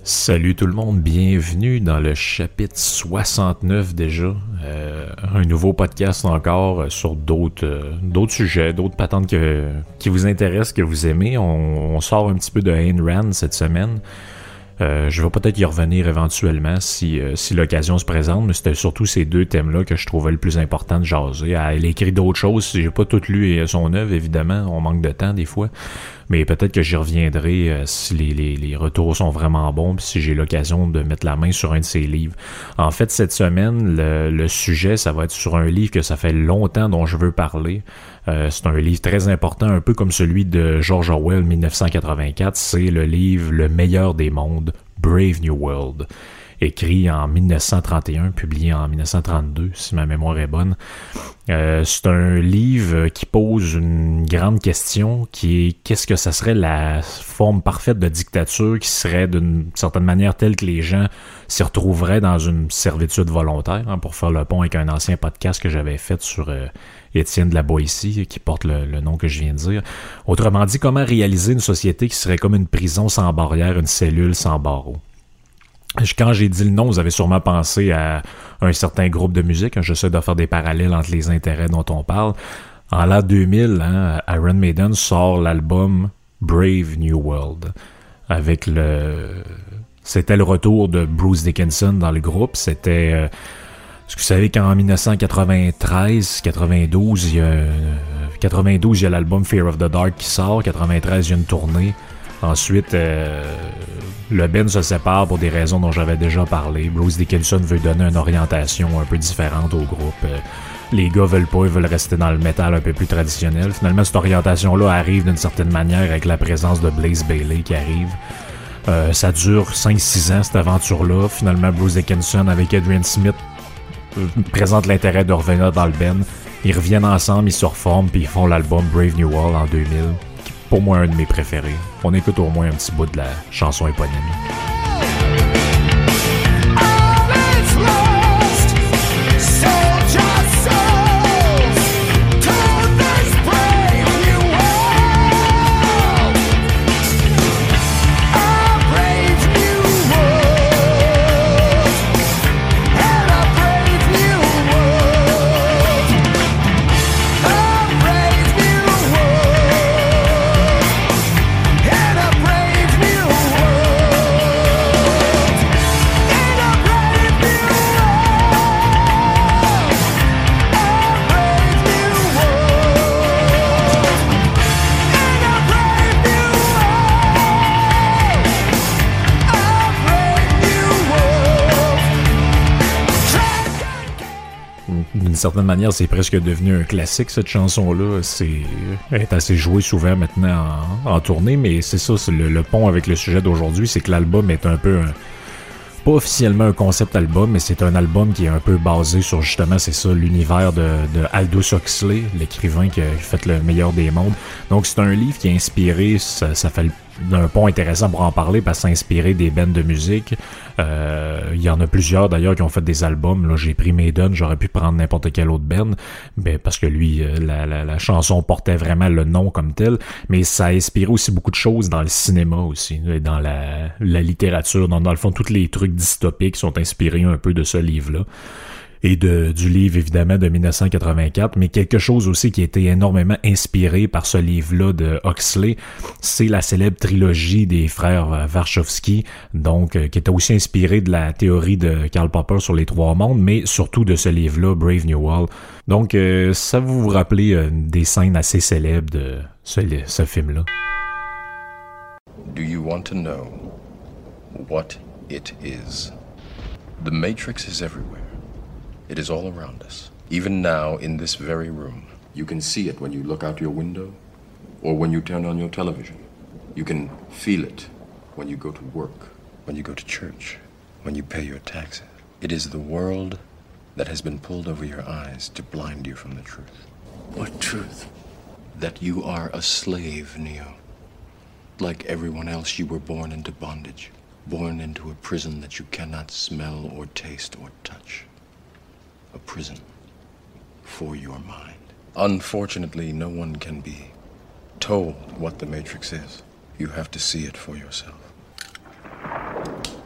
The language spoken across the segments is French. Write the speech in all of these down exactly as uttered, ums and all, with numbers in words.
Salut tout le monde, bienvenue dans le chapitre soixante-neuf déjà. Euh, un nouveau podcast encore sur d'autres euh, d'autres sujets, d'autres patentes que, qui vous intéressent, que vous aimez. On, on sort un petit peu de Ayn Rand cette semaine. Euh, je vais peut-être y revenir éventuellement si, euh, si l'occasion se présente, mais c'était surtout ces deux thèmes-là que je trouvais le plus important de jaser. Elle écrit d'autres choses, j'ai pas tout lu son œuvre, évidemment, on manque de temps des fois, mais peut-être que j'y reviendrai euh, si les, les, les retours sont vraiment bons, puis si j'ai l'occasion de mettre la main sur un de ses livres. En fait, cette semaine, le, le sujet, ça va être sur un livre que ça fait longtemps dont je veux parler. Euh, c'est un livre très important, un peu comme celui de George Orwell, dix-neuf cent quatre-vingt-quatre. C'est le livre Le meilleur des mondes, Brave New World, écrit en dix-neuf cent trente et un, publié en dix-neuf cent trente-deux, si ma mémoire est bonne. Euh, c'est un livre qui pose une grande question, qui est qu'est-ce que ça serait la forme parfaite de dictature qui serait d'une certaine manière telle que les gens s'y retrouveraient dans une servitude volontaire, hein, pour faire le pont avec un ancien podcast que j'avais fait sur euh, Étienne de la Boétie, qui porte le, le nom que je viens de dire. Autrement dit, comment réaliser une société qui serait comme une prison sans barrière, une cellule sans barreaux. Quand j'ai dit le nom, vous avez sûrement pensé à un certain groupe de musique. J'essaie de faire des parallèles entre les intérêts dont on parle. En l'an deux mille, hein, Iron Maiden sort l'album Brave New World. Avec le... C'était le retour de Bruce Dickinson dans le groupe. C'était... Euh... Est-ce que vous savez qu'en dix-neuf cent quatre-vingt-treize quatre-vingt-douze, il y a... quatre-vingt-douze, il y a l'album Fear of the Dark qui sort. quatre-vingt-treize, il y a une tournée. Ensuite, euh, le band se sépare pour des raisons dont j'avais déjà parlé. Bruce Dickinson veut donner une orientation un peu différente au groupe. Euh, les gars veulent pas, ils veulent rester dans le métal un peu plus traditionnel. Finalement, cette orientation-là arrive d'une certaine manière avec la présence de Blaze Bayley qui arrive. Euh, ça dure cinq six ans, cette aventure-là. Finalement, Bruce Dickinson avec Adrian Smith euh, présente l'intérêt de revenir dans le band. Ils reviennent ensemble, ils se reforment, puis ils font l'album Brave New World en deux mille. Pour moi, un de mes préférés. On écoute au moins un petit bout de la chanson éponyme. D'une certaine manière, c'est presque devenu un classique, cette chanson-là. C'est, elle est assez jouée souvent maintenant en, en tournée, mais c'est ça, c'est le, le pont avec le sujet d'aujourd'hui, c'est que l'album est un peu un, pas officiellement un concept album, mais c'est un album qui est un peu basé sur justement, c'est ça, l'univers de, de Aldous Huxley, l'écrivain qui a fait Le meilleur des mondes. Donc c'est un livre qui a inspiré, ça, ça fait d'un pont intéressant pour en parler parce que ça a inspiré des bands de musique. Euh, il y en a plusieurs d'ailleurs qui ont fait des albums. Là, j'ai pris Maiden, j'aurais pu prendre n'importe quel autre band, mais parce que lui, la, la, la chanson portait vraiment le nom comme tel. Mais ça a inspiré aussi beaucoup de choses dans le cinéma aussi, dans la, la littérature, dans, dans le fond, tous les trucs dystopiques sont inspirés un peu de ce livre-là. Et de, du livre, évidemment, de dix-neuf cent quatre-vingt-quatre, mais quelque chose aussi qui a été énormément inspiré par ce livre-là de Huxley, c'est la célèbre trilogie des frères Warshawski, donc, euh, qui était aussi inspiré de la théorie de Karl Popper sur les trois mondes, mais surtout de ce livre-là, Brave New World. Donc, euh, ça vous vous rappelez euh, des scènes assez célèbres de ce, ce film-là. Do you want to know what it is? The Matrix is everywhere. It is all around us. Even now, in this very room. You can see it when you look out your window or when you turn on your television. You can feel it when you go to work, when you go to church, when you pay your taxes. It is the world that has been pulled over your eyes to blind you from the truth. What truth? That you are a slave, Neo. Like everyone else, you were born into bondage. Born into a prison that you cannot smell or taste or touch. A prison for your mind. Unfortunately, no one can be told what the Matrix is. You have to see it for yourself.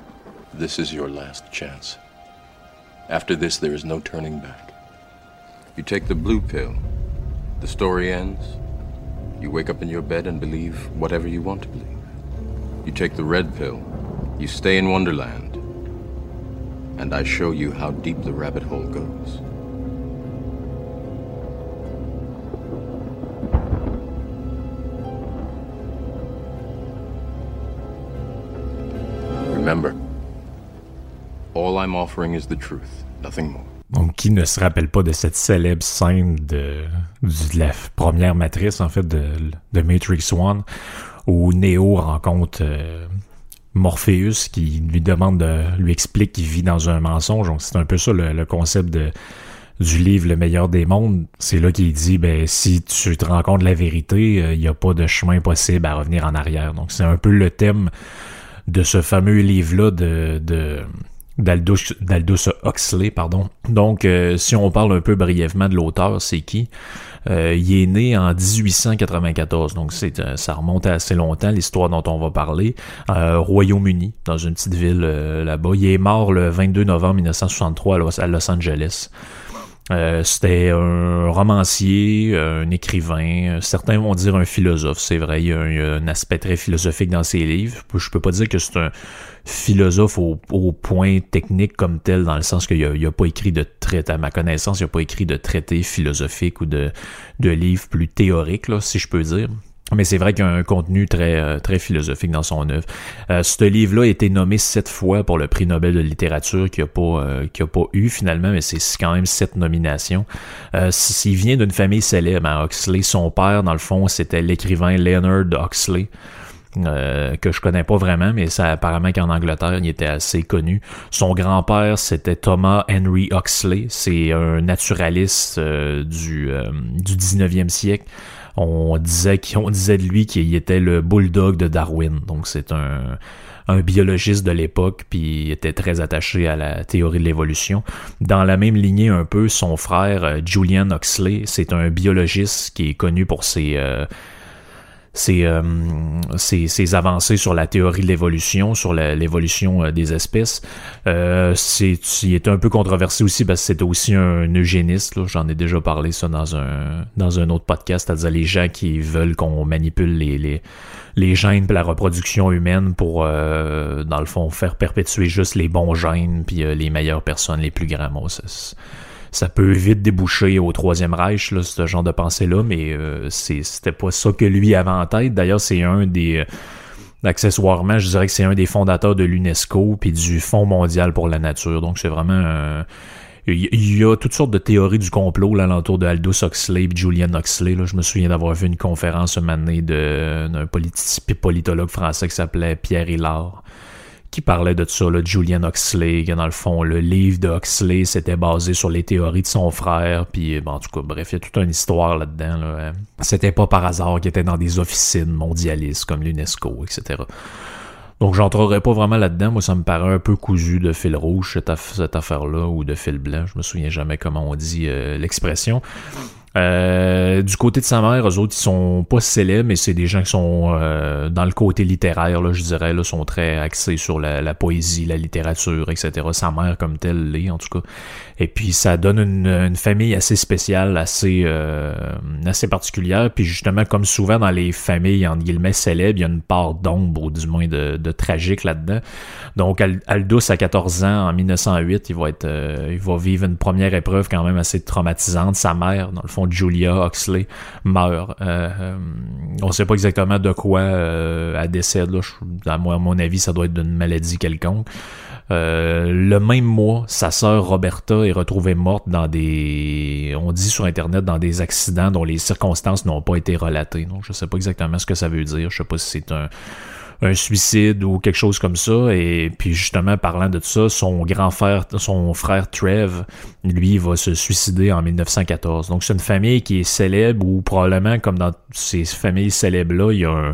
This is your last chance. After this, there is no turning back. You take the blue pill, the story ends. You wake up in your bed and believe whatever you want to believe. You take the red pill, you stay in Wonderland, and I show you how deep the rabbit hole goes. Remember, all I'm offering is the truth, nothing more. Donc, qui ne se rappelle pas de cette célèbre scène de, de la première matrice, en fait, de, de Matrix One, où Neo rencontre euh, Morpheus, qui lui demande de lui explique qu'il vit dans un mensonge. Donc, c'est un peu ça le, le concept de, du livre Le meilleur des mondes. C'est là qu'il dit, ben, si tu te rends compte de la vérité, il euh, n'y a pas de chemin possible à revenir en arrière. Donc, c'est un peu le thème de ce fameux livre-là de... de D'Aldous, d'Aldous Huxley, pardon. Donc, euh, si on parle un peu brièvement de l'auteur, c'est qui? Euh, il est né en dix-huit cent quatre-vingt-quatorze, donc c'est, euh, ça remonte à assez longtemps, l'histoire dont on va parler, euh, Royaume-Uni, dans une petite ville euh, là-bas. Il est mort le vingt-deux novembre mille neuf cent soixante-trois à Los, à Los Angeles. Euh, c'était un romancier, un écrivain, certains vont dire un philosophe, c'est vrai, il y a un, il y a un aspect très philosophique dans ses livres. Je peux pas dire que c'est un philosophe au, au point technique comme tel, dans le sens qu'il a, il a pas écrit de traité, à ma connaissance, il a pas écrit de traité philosophique ou de, de livres plus théoriques, là, si je peux dire. Mais c'est vrai qu'il y a un contenu très très philosophique dans son œuvre. Euh, ce livre-là a été nommé sept fois pour le prix Nobel de littérature qu'il n'a pas euh, qu'il a pas eu finalement, mais c'est quand même sept nominations. Euh, il vient d'une famille célèbre, hein, Huxley. Son père, dans le fond, c'était l'écrivain Leonard Huxley. Euh, que je connais pas vraiment, mais ça apparemment qu'en Angleterre, il était assez connu. Son grand-père, c'était Thomas Henry Huxley. C'est un naturaliste euh, du, euh, du dix-neuvième siècle. On disait, on disait de lui qu'il était le bulldog de Darwin. Donc c'est un, un biologiste de l'époque, puis il était très attaché à la théorie de l'évolution. Dans la même lignée un peu, son frère Julian Huxley, c'est un biologiste qui est connu pour ses... Euh, Ses, euh, ses, ses avancées sur la théorie de l'évolution, sur la, l'évolution euh, des espèces. Euh, c'est, il est un peu controversé aussi parce que c'était aussi un eugéniste. Là. J'en ai déjà parlé ça dans un dans un autre podcast, c'est-à-dire les gens qui veulent qu'on manipule les les, les gènes pour la reproduction humaine pour, euh, dans le fond, faire perpétuer juste les bons gènes puis euh, les meilleures personnes, les plus grands. Bon, ça, ça peut vite déboucher au Troisième Reich, là, ce genre de pensée-là, mais euh, c'est, c'était pas ça que lui avait en tête. D'ailleurs, c'est un des... Euh, accessoirement, je dirais que c'est un des fondateurs de l'UNESCO puis du Fonds mondial pour la nature. Donc, c'est vraiment... Euh, il y a toutes sortes de théories du complot là, alentour de Aldous Huxley et Julian Huxley. Là. Je me souviens d'avoir vu une conférence un moment donné de, d'un politi- politologue français qui s'appelait Pierre Hillard, qui parlait de ça, là, de Julian Huxley, que dans le fond, le livre de Huxley, c'était basé sur les théories de son frère, puis bon, en tout cas, bref, il y a toute une histoire là-dedans. Là. C'était pas par hasard qu'il était dans des officines mondialistes comme l'UNESCO, et cetera. Donc, j'entrerai pas vraiment là-dedans. Moi, ça me paraît un peu cousu de fil rouge, cette, aff- cette affaire-là, ou de fil blanc. Je me souviens jamais comment on dit euh, l'expression. Euh, du côté de sa mère, eux autres, ils sont pas célèbres, mais c'est des gens qui sont euh, dans le côté littéraire, là, je dirais, là, sont très axés sur la, la poésie, la littérature, et cetera. Sa mère, comme telle, l'est, en tout cas. Et puis, ça donne une, une famille assez spéciale, assez euh, assez particulière. Puis, justement, comme souvent dans les familles, entre guillemets, célèbres, il y a une part d'ombre, ou du moins de, de tragique là-dedans. Donc, Aldous, à quatorze ans, en mille neuf cent huit, il va être, euh, il va vivre une première épreuve quand même assez traumatisante. Sa mère, dans le fond, Julia Huxley, meurt. Euh, euh, on sait pas exactement de quoi euh, elle décède. Là. Je, à, moi, à mon avis, ça doit être d'une maladie quelconque. Euh, le même mois, sa sœur Roberta est retrouvée morte dans des... On dit sur Internet, dans des accidents dont les circonstances n'ont pas été relatées. Donc, je sais pas exactement ce que ça veut dire. Je sais pas si c'est un... un suicide ou quelque chose comme ça. Et puis justement, parlant de tout ça, son grand frère, son frère Trev, lui, va se suicider en mille neuf cent quatorze. Donc c'est une famille qui est célèbre, ou probablement, comme dans ces familles célèbres-là, il y a un...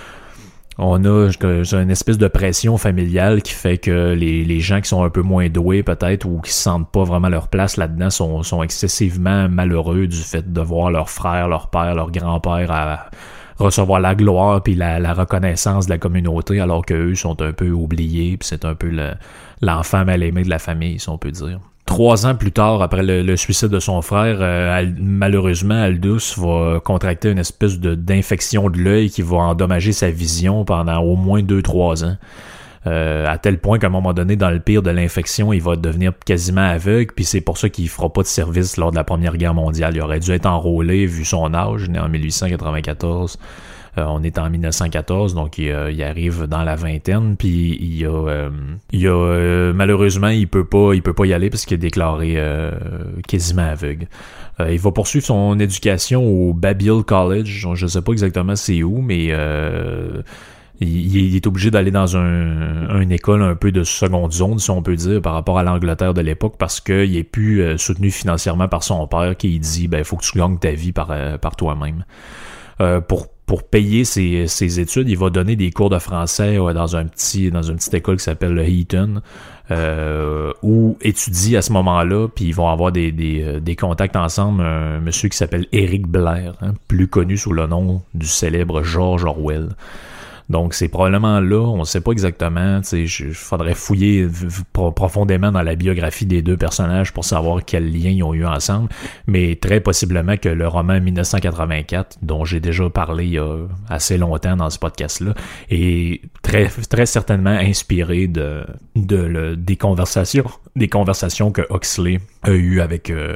On a une espèce de pression familiale qui fait que les, les gens qui sont un peu moins doués peut-être, ou qui se sentent pas vraiment leur place là-dedans, sont, sont excessivement malheureux du fait de voir leur frère, leur père, leur grand-père à recevoir la gloire puis la, la reconnaissance de la communauté, alors qu'eux sont un peu oubliés, puis c'est un peu le, l'enfant mal aimé de la famille, si on peut dire. Trois ans plus tard, après le, le suicide de son frère, euh, Al, malheureusement, Aldous va contracter une espèce de, d'infection de l'œil qui va endommager sa vision pendant au moins deux trois ans. Euh, à tel point qu'à un moment donné, dans le pire de l'infection, il va devenir quasiment aveugle, puis c'est pour ça qu'il fera pas de service lors de la Première Guerre mondiale. Il aurait dû être enrôlé, vu son âge, né en dix-huit cent quatre-vingt-quatorze. Euh, on est en dix-neuf cent quatorze, donc il, euh, il arrive dans la vingtaine, puis il a, euh, il a euh, malheureusement, il peut pas, il peut pas y aller parce qu'il est déclaré euh, quasiment aveugle. Euh, il va poursuivre son éducation au Babil College. Je sais pas exactement c'est où, mais euh, il, il est obligé d'aller dans un, une école un peu de seconde zone, si on peut dire, par rapport à l'Angleterre de l'époque, parce qu'il est plus euh, soutenu financièrement par son père, qui dit, ben, faut que tu gagnes ta vie par, euh, par toi-même. Euh, pour Pour payer ses, ses études, il va donner des cours de français ouais, dans un petit dans une petite école qui s'appelle le Eton, euh, où étudie à ce moment-là, puis ils vont avoir des, des, des contacts ensemble, un monsieur qui s'appelle Eric Blair, hein, plus connu sous le nom du célèbre George Orwell. Donc, c'est probablement là, on ne sait pas exactement, tu sais, il faudrait fouiller pro- profondément dans la biographie des deux personnages pour savoir quels liens ils ont eu ensemble, mais très possiblement que le roman dix-neuf cent quatre-vingt-quatre, dont j'ai déjà parlé il y a assez longtemps dans ce podcast-là, est très, très certainement inspiré de, de le, des conversations, des conversations que Huxley a eues avec... Euh,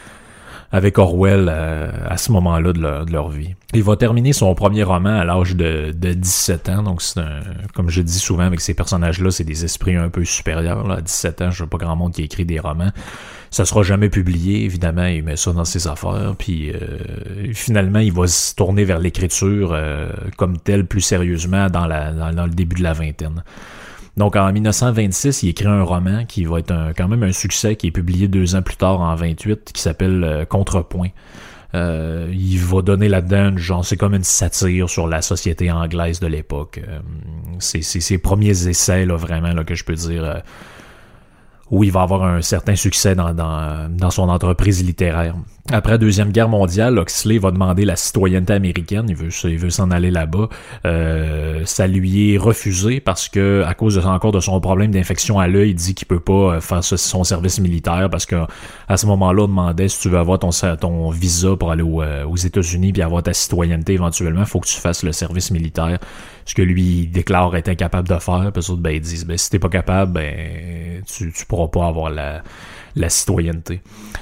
avec Orwell euh, à ce moment-là de leur, de leur vie. Il va terminer son premier roman à l'âge de, de dix-sept ans, donc c'est un, comme je dis souvent avec ces personnages-là, c'est des esprits un peu supérieurs. Là. À dix-sept ans, je ne sais pas grand monde qui écrit des romans. Ça sera jamais publié, évidemment, il met ça dans ses affaires, puis euh, finalement, il va se tourner vers l'écriture euh, comme telle plus sérieusement dans, la, dans, dans le début de la vingtaine. Donc, en dix-neuf cent vingt-six, il écrit un roman qui va être un, quand même un succès, qui est publié deux ans plus tard, en vingt-huit, qui s'appelle euh, Contrepoint. Euh, il va donner là-dedans, genre, c'est comme une satire sur la société anglaise de l'époque. Euh, c'est, c'est ses premiers essais, là, vraiment, là, que je peux dire... Euh, où il va avoir un certain succès dans, dans, dans son entreprise littéraire. Après la Deuxième Guerre mondiale, Huxley va demander la citoyenneté américaine, il veut, il veut s'en aller là-bas. Euh, ça lui est refusé parce que, à cause de, encore de son problème d'infection à l'œil, il dit qu'il peut pas faire son service militaire parce que à ce moment-là, on demandait si tu veux avoir ton, ton visa pour aller au, aux États-Unis puis avoir ta citoyenneté éventuellement, il faut que tu fasses le service militaire. Ce que lui il déclare être incapable de faire, puis autres, ben, ils disent, ben, si t'es pas capable, ben, tu, tu pourras pas avoir la, la citoyenneté.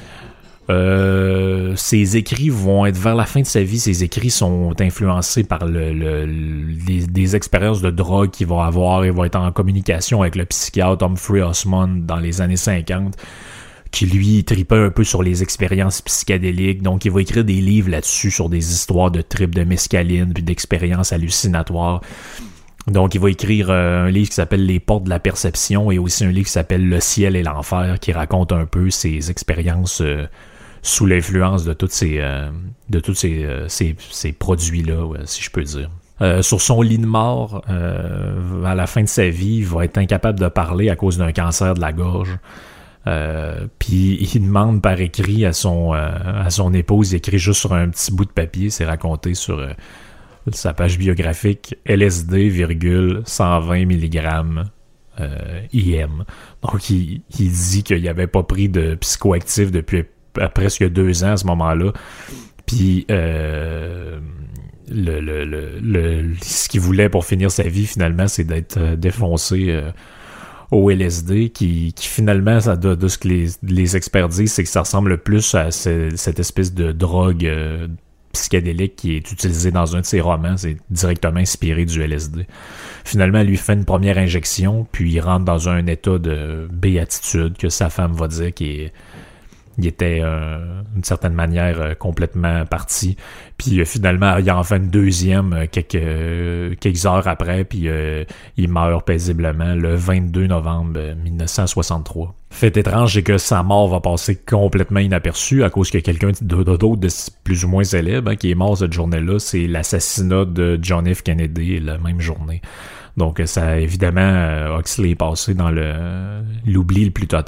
Euh, ses écrits vont être vers la fin de sa vie, ses écrits sont influencés par le, le, les, des expériences de drogue qu'il va avoir. Il va être en communication avec le psychiatre Humphrey Osmond dans les années cinquante, qui lui tripait un peu sur les expériences psychédéliques. Donc il va écrire des livres là-dessus sur des histoires de tripes de mescaline puis d'expériences hallucinatoires. Donc il va écrire euh, un livre qui s'appelle Les Portes de la Perception et aussi un livre qui s'appelle Le Ciel et l'Enfer, qui raconte un peu ses expériences euh, sous l'influence de toutes ces euh, de tous ces, euh, ces, ces produits-là, ouais, si je peux dire. Euh, sur son lit de mort, euh, à la fin de sa vie, il va être incapable de parler à cause d'un cancer de la gorge. Euh, puis il demande par écrit à son euh, à son épouse, il écrit juste sur un petit bout de papier, c'est raconté sur euh, sa page biographique, L S D, virgule, cent vingt milligrammes euh, I M. Donc il, il dit qu'il n'avait pas pris de psychoactif depuis presque deux ans à ce moment-là. Puis euh, le, le, le, le, ce qu'il voulait pour finir sa vie, finalement, c'est d'être euh, défoncé euh, au L S D, qui, qui finalement, ça, de, de ce que les, les experts disent, c'est que ça ressemble plus à ce, cette espèce de drogue euh, psychédélique qui est utilisée dans un de ses romans. C'est directement inspiré du L S D. Finalement, elle lui fait une première injection, puis il rentre dans un état de béatitude que sa femme va dire qui est il était euh, d'une certaine manière euh, complètement parti. Puis euh, finalement, il en fait une deuxième euh, quelques, euh, quelques heures après, puis euh, il meurt paisiblement le vingt-deux novembre dix-neuf cent soixante-trois. Fait étrange, c'est que sa mort va passer complètement inaperçue à cause que quelqu'un d'autre de plus ou moins célèbre hein, qui est mort cette journée-là, c'est l'assassinat de John F. Kennedy la même journée. Donc ça, évidemment, Huxley est passé dans le l'oubli le plus total.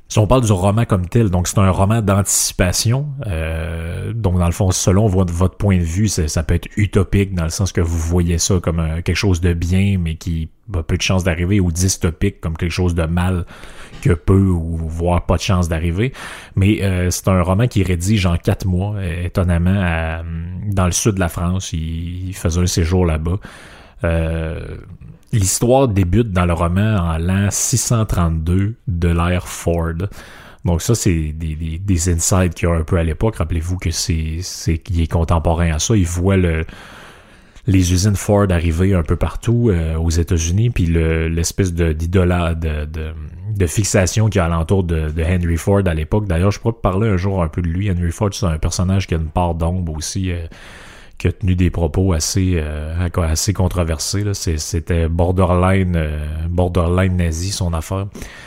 Si on parle du roman comme tel, donc c'est un roman d'anticipation. Euh, donc dans le fond, selon votre, votre point de vue, ça peut être utopique dans le sens que vous voyez ça comme un, quelque chose de bien, mais qui a peu de chance d'arriver, ou dystopique comme quelque chose de mal que peu ou voire pas de chance d'arriver. Mais euh, c'est un roman qui rédige en quatre mois, euh, étonnamment, à, dans le sud de la France. Il, il faisait un séjour là-bas. Euh, L'histoire débute dans le roman en l'an six cent trente-deux de l'ère Ford. Donc ça, c'est des, des, des insights qu'il y a un peu à l'époque. Rappelez-vous que c'est, c'est qu'il est contemporain à ça. Il voit le, les usines Ford arriver un peu partout euh, aux États-Unis, puis le, l'espèce de, d'idola, de, de, de fixation qu'il y a alentour de, de Henry Ford à l'époque. D'ailleurs, je pourrais parler un jour un peu de lui. Henry Ford, c'est un personnage qui a une part d'ombre aussi, euh, qui a tenu des propos assez euh, assez controversés. Là. C'est, c'était borderline euh, borderline nazi, son affaire.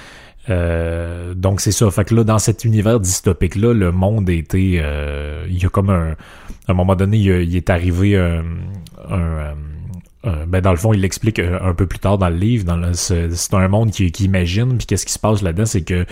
Euh, donc c'est ça. Fait que là, dans cet univers dystopique-là, le monde a été... Euh, il y a comme un... À un moment donné, il, a, il est arrivé un... un, un ben dans le fond, il l'explique un, un peu plus tard dans le livre. Dans le, c'est, c'est un monde qui, qui imagine, puis qu'est-ce qui se passe là-dedans, c'est que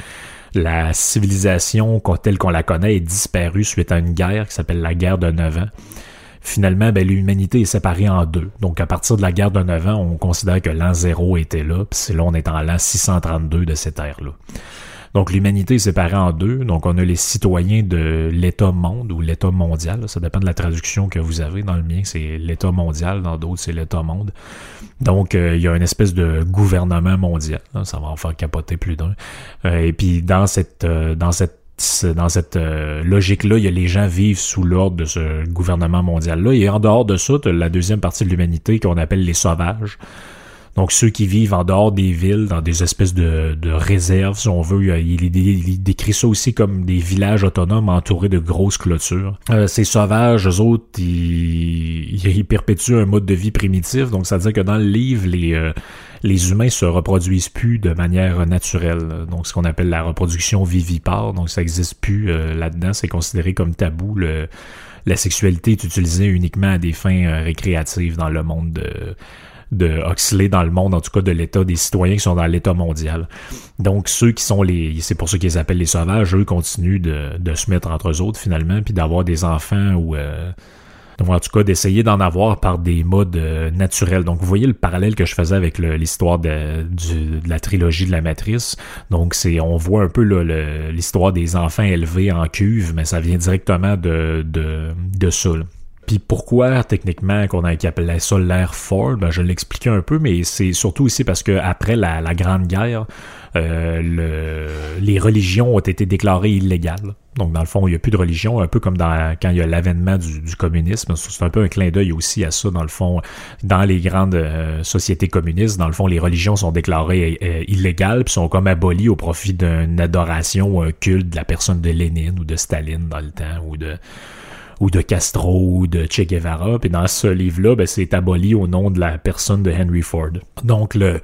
la civilisation telle qu'on la connaît est disparue suite à une guerre qui s'appelle la guerre de neuf ans. Finalement, ben, l'humanité est séparée en deux. Donc, à partir de la guerre de neuf ans, on considère que l'an zéro était là, puis c'est là, on est en l'an six cent trente-deux de cette ère-là. Donc, l'humanité est séparée en deux. Donc, on a les citoyens de l'État-monde ou l'État-mondial. Ça dépend de la traduction que vous avez. Dans le mien, c'est l'État-mondial. Dans d'autres, c'est l'État-monde. Donc, euh, il y a une espèce de gouvernement mondial. Ça va en faire capoter plus d'un. Euh, et puis, dans cette, euh, dans cette Dans cette euh, logique-là, il y a les gens vivent sous l'ordre de ce gouvernement mondial-là. Et en dehors de ça, tu as la deuxième partie de l'humanité qu'on appelle les sauvages. Donc, ceux qui vivent en dehors des villes, dans des espèces de, de réserves, si on veut. Il, il, il décrit ça aussi comme des villages autonomes entourés de grosses clôtures. Euh, ces sauvages, eux autres, ils, ils perpétuent un mode de vie primitif. Donc, ça veut dire que dans le livre, les... Euh, les humains se reproduisent plus de manière naturelle. Donc, ce qu'on appelle la reproduction vivipare. Donc, ça existe plus euh, là-dedans. C'est considéré comme tabou. Le, la sexualité est utilisée uniquement à des fins euh, récréatives dans le monde de, de Huxley, dans le monde, en tout cas, de l'État, des citoyens qui sont dans l'État mondial. Donc, ceux qui sont les... C'est pour ça qu'ils appellent les sauvages. Eux continuent de, de se mettre entre eux autres, finalement, puis d'avoir des enfants ou... Euh, Donc, en tout cas, d'essayer d'en avoir par des modes euh, naturels. Donc, vous voyez le parallèle que je faisais avec le, l'histoire de, du, de la trilogie de la Matrice. Donc, c'est, on voit un peu là, le, l'histoire des enfants élevés en cuve, mais ça vient directement de, de, de ça. Là. Puis pourquoi, techniquement, qu'on a appelé ça l'ère Ford, ben, je l'expliquais un peu, mais c'est surtout aussi parce que après la, la Grande Guerre, euh, le, les religions ont été déclarées illégales. Donc, dans le fond, il n'y a plus de religion, un peu comme dans, quand il y a l'avènement du, du communisme. C'est un peu un clin d'œil aussi à ça, dans le fond. Dans les grandes euh, sociétés communistes, dans le fond, les religions sont déclarées euh, illégales puis sont comme abolies au profit d'une adoration ou un culte de la personne de Lénine ou de Staline dans le temps, ou de... ou de Castro, ou de Che Guevara. Puis dans ce livre-là, ben, c'est aboli au nom de la personne de Henry Ford. Donc, le,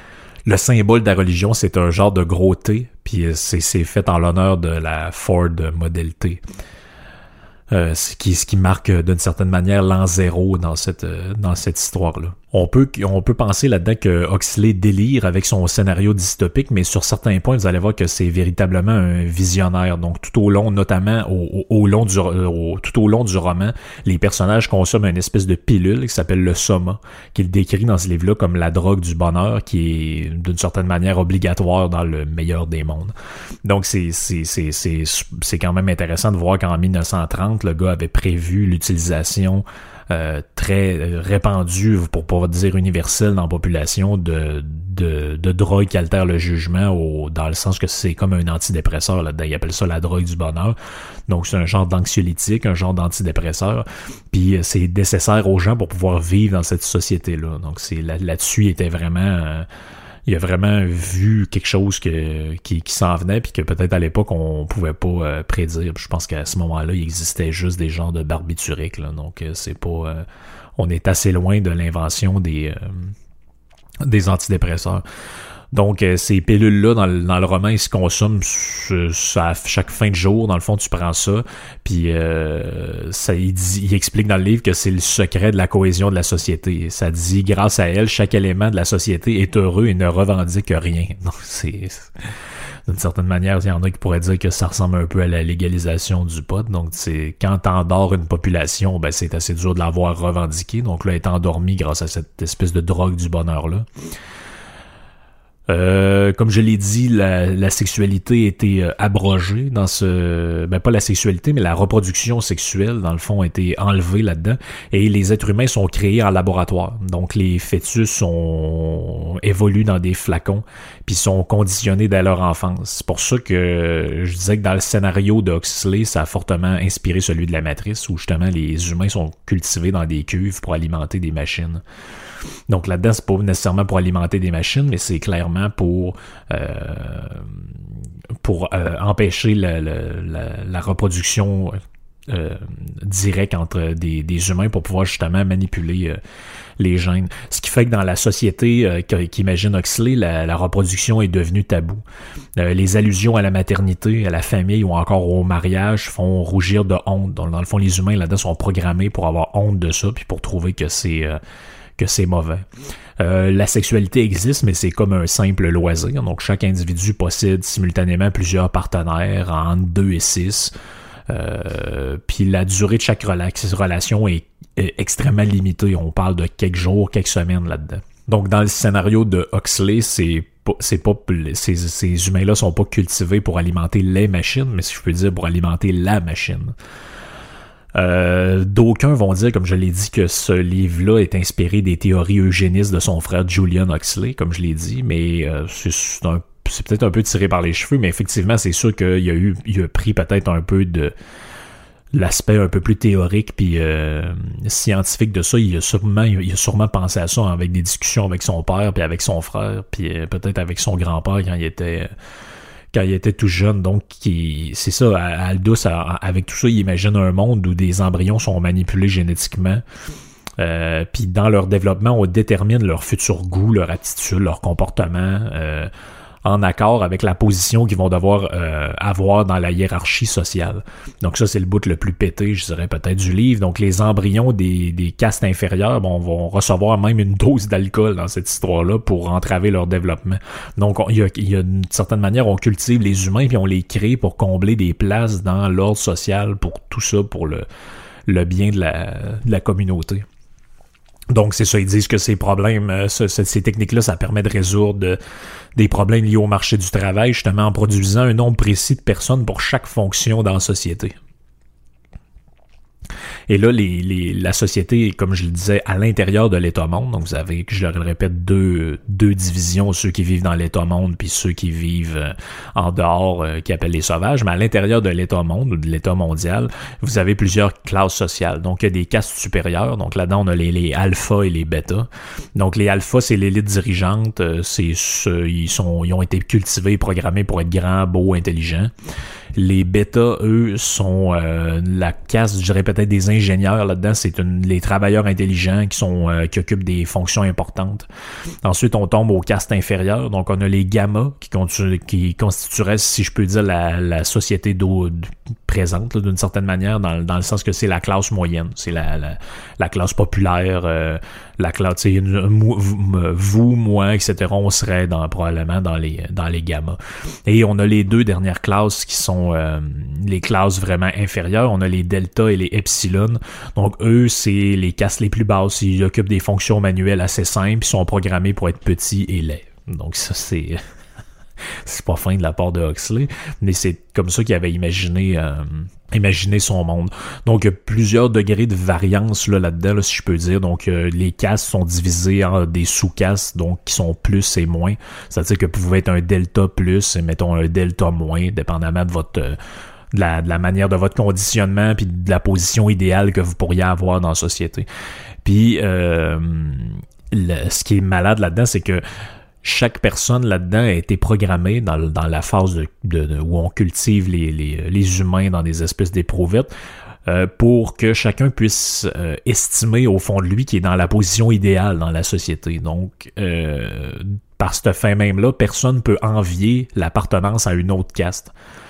le symbole de la religion, c'est un genre de gros T, puis c'est, c'est fait en l'honneur de la Ford Model T. Euh, ce qui, ce qui marque d'une certaine manière l'an zéro dans cette, euh, dans cette histoire-là. On peut, on peut penser là-dedans que Huxley délire avec son scénario dystopique, mais sur certains points, vous allez voir que c'est véritablement un visionnaire. Donc, tout au long, notamment au, au, au long du, au, tout au long du roman, les personnages consomment une espèce de pilule qui s'appelle le soma, qu'il décrit dans ce livre-là comme la drogue du bonheur, qui est d'une certaine manière obligatoire dans le meilleur des mondes. Donc, c'est, c'est, c'est, c'est, c'est quand même intéressant de voir qu'en dix-neuf cent trente, le gars avait prévu l'utilisation Euh, très répandu, pour pas dire universel dans la population, de, de, de drogue qui altère le jugement, au, dans le sens que c'est comme un antidépresseur là-dedans. Ils appellent ça la drogue du bonheur. Donc c'est un genre d'anxiolytique, un genre d'antidépresseur. Puis c'est nécessaire aux gens pour pouvoir vivre dans cette société-là. Donc c'est là, là-dessus, il était vraiment... Euh, il a vraiment vu quelque chose que, qui, qui s'en venait, puis que peut-être à l'époque on pouvait pas euh, prédire. Je pense qu'à ce moment-là, il existait juste des genres de barbituriques, là, donc euh, c'est pas, euh, on est assez loin de l'invention des euh, des antidépresseurs. Donc, euh, ces pilules-là, dans le, dans le roman, ils se consomment à chaque fin de jour. Dans le fond, tu prends ça, puis euh, ça, il, dit, il explique dans le livre que c'est le secret de la cohésion de la société. Ça dit, grâce à elle, chaque élément de la société est heureux et ne revendique rien. Donc, c'est... d'une certaine manière, il y en a qui pourraient dire que ça ressemble un peu à la légalisation du pot. Donc, c'est quand t'endors une population, ben c'est assez dur de l'avoir revendiqué. Donc là, elle est endormie grâce à cette espèce de drogue du bonheur-là. Euh, comme je l'ai dit, la, la sexualité a été euh, abrogée dans ce... Ben, pas la sexualité, mais la reproduction sexuelle, dans le fond, a été enlevée là-dedans. Et les êtres humains sont créés en laboratoire. Donc, les fœtus sont évoluent dans des flacons, puis sont conditionnés dès leur enfance. C'est pour ça que je disais que dans le scénario de Huxley, ça a fortement inspiré celui de la Matrice, où justement, les humains sont cultivés dans des cuves pour alimenter des machines. Donc là-dedans, c'est pas nécessairement pour alimenter des machines, mais c'est clairement pour euh, pour euh, empêcher la, la, la, la reproduction euh, directe entre des, des humains pour pouvoir justement manipuler euh, les gènes. Ce qui fait que dans la société euh, qu'imagine Huxley, la, la reproduction est devenue tabou. Euh, les allusions à la maternité, à la famille ou encore au mariage font rougir de honte. Donc, dans le fond, les humains là-dedans sont programmés pour avoir honte de ça, puis pour trouver que c'est... Euh, que c'est mauvais. Euh, la sexualité existe, mais c'est comme un simple loisir. Donc, chaque individu possède simultanément plusieurs partenaires, entre deux et six. Euh, puis la durée de chaque rela- relation est, est extrêmement limitée. On parle de quelques jours, quelques semaines là-dedans. Donc, dans le scénario de Huxley, c'est pas, c'est pas, ces, ces humains-là sont pas cultivés pour alimenter les machines, mais si je peux dire pour alimenter la machine. Euh, d'aucuns vont dire, comme je l'ai dit, que ce livre-là est inspiré des théories eugénistes de son frère Julian Huxley, comme je l'ai dit, mais euh, c'est, c'est, un, c'est peut-être un peu tiré par les cheveux, mais effectivement, c'est sûr qu'il y a eu, il a pris peut-être un peu de l'aspect un peu plus théorique puis euh, scientifique de ça. Il a sûrement, il a sûrement pensé à ça avec des discussions avec son père puis avec son frère puis euh, peut-être avec son grand-père quand il était quand il était tout jeune. Donc, il, c'est ça, Aldous, avec tout ça, il imagine un monde où des embryons sont manipulés génétiquement. Euh, puis dans leur développement, on détermine leur futur goût, leur aptitude, leur comportement, euh, en accord avec la position qu'ils vont devoir euh, avoir dans la hiérarchie sociale. Donc ça, c'est le bout le plus pété, je dirais peut-être, du livre. Donc les embryons des, des castes inférieures bon, vont recevoir même une dose d'alcool dans cette histoire-là pour entraver leur développement. Donc il y a, y a d'une certaine manière, on cultive les humains puis on les crée pour combler des places dans l'ordre social, pour tout ça, pour le, le bien de la, de la communauté. Donc, c'est ça, ils disent que ces problèmes, ce, ces techniques-là, ça permet de résoudre de, des problèmes liés au marché du travail, justement en produisant un nombre précis de personnes pour chaque fonction dans la société. Et là, les, les, la société, comme je le disais, à l'intérieur de l'État-monde, donc vous avez, je le répète, deux, deux divisions, ceux qui vivent dans l'État-monde puis ceux qui vivent euh, en dehors, euh, qui appellent les sauvages, mais à l'intérieur de l'État-monde ou de l'État mondial, vous avez plusieurs classes sociales. Donc, il y a des castes supérieures, donc là-dedans, on a les, les alphas et les bêtas. Donc, les alphas, c'est l'élite dirigeante, euh, c'est ceux, ils sont, ils ont été cultivés et programmés pour être grands, beaux, intelligents. Les bêtas, eux, sont euh, la caste, je dirais peut-être des ingénieurs là-dedans, c'est une, les travailleurs intelligents qui sont euh, qui occupent des fonctions importantes. Ensuite, on tombe aux castes inférieures, donc on a les gammas qui, continu, qui constitueraient, si je peux dire, la, la société d'eau présente, là, d'une certaine manière, dans, dans le sens que c'est la classe moyenne, c'est la, la, la classe populaire, euh, la classe, tu sais, vous, moi, et cetera, on serait dans, probablement dans les, dans les gammas. Et on a les deux dernières classes qui sont Euh, les classes vraiment inférieures. On a les delta et les epsilon. Donc eux, c'est les castes les plus basses. Ils occupent des fonctions manuelles assez simples. Ils sont programmés pour être petits et laids. Donc ça, c'est c'est pas fin de la part de Huxley, mais c'est comme ça qu'il avait imaginé euh, imaginé son monde. Donc il y a plusieurs degrés de variance là, là-dedans, là, si je peux dire. Donc euh, les castes sont divisées en des sous-castes, donc qui sont plus et moins. C'est-à-dire que vous pouvez être un delta plus et mettons un delta moins, dépendamment de votre euh, de la, de la manière de votre conditionnement puis de la position idéale que vous pourriez avoir dans la société. Puis euh, le, ce qui est malade là-dedans, c'est que chaque personne là-dedans a été programmée dans, dans la phase de, de, de, où on cultive les, les, les humains dans des espèces d'éprouvettes euh, pour que chacun puisse euh, estimer au fond de lui qu'il est dans la position idéale dans la société. Donc, euh, par cette fin même-là, personne ne peut envier l'appartenance à une autre caste.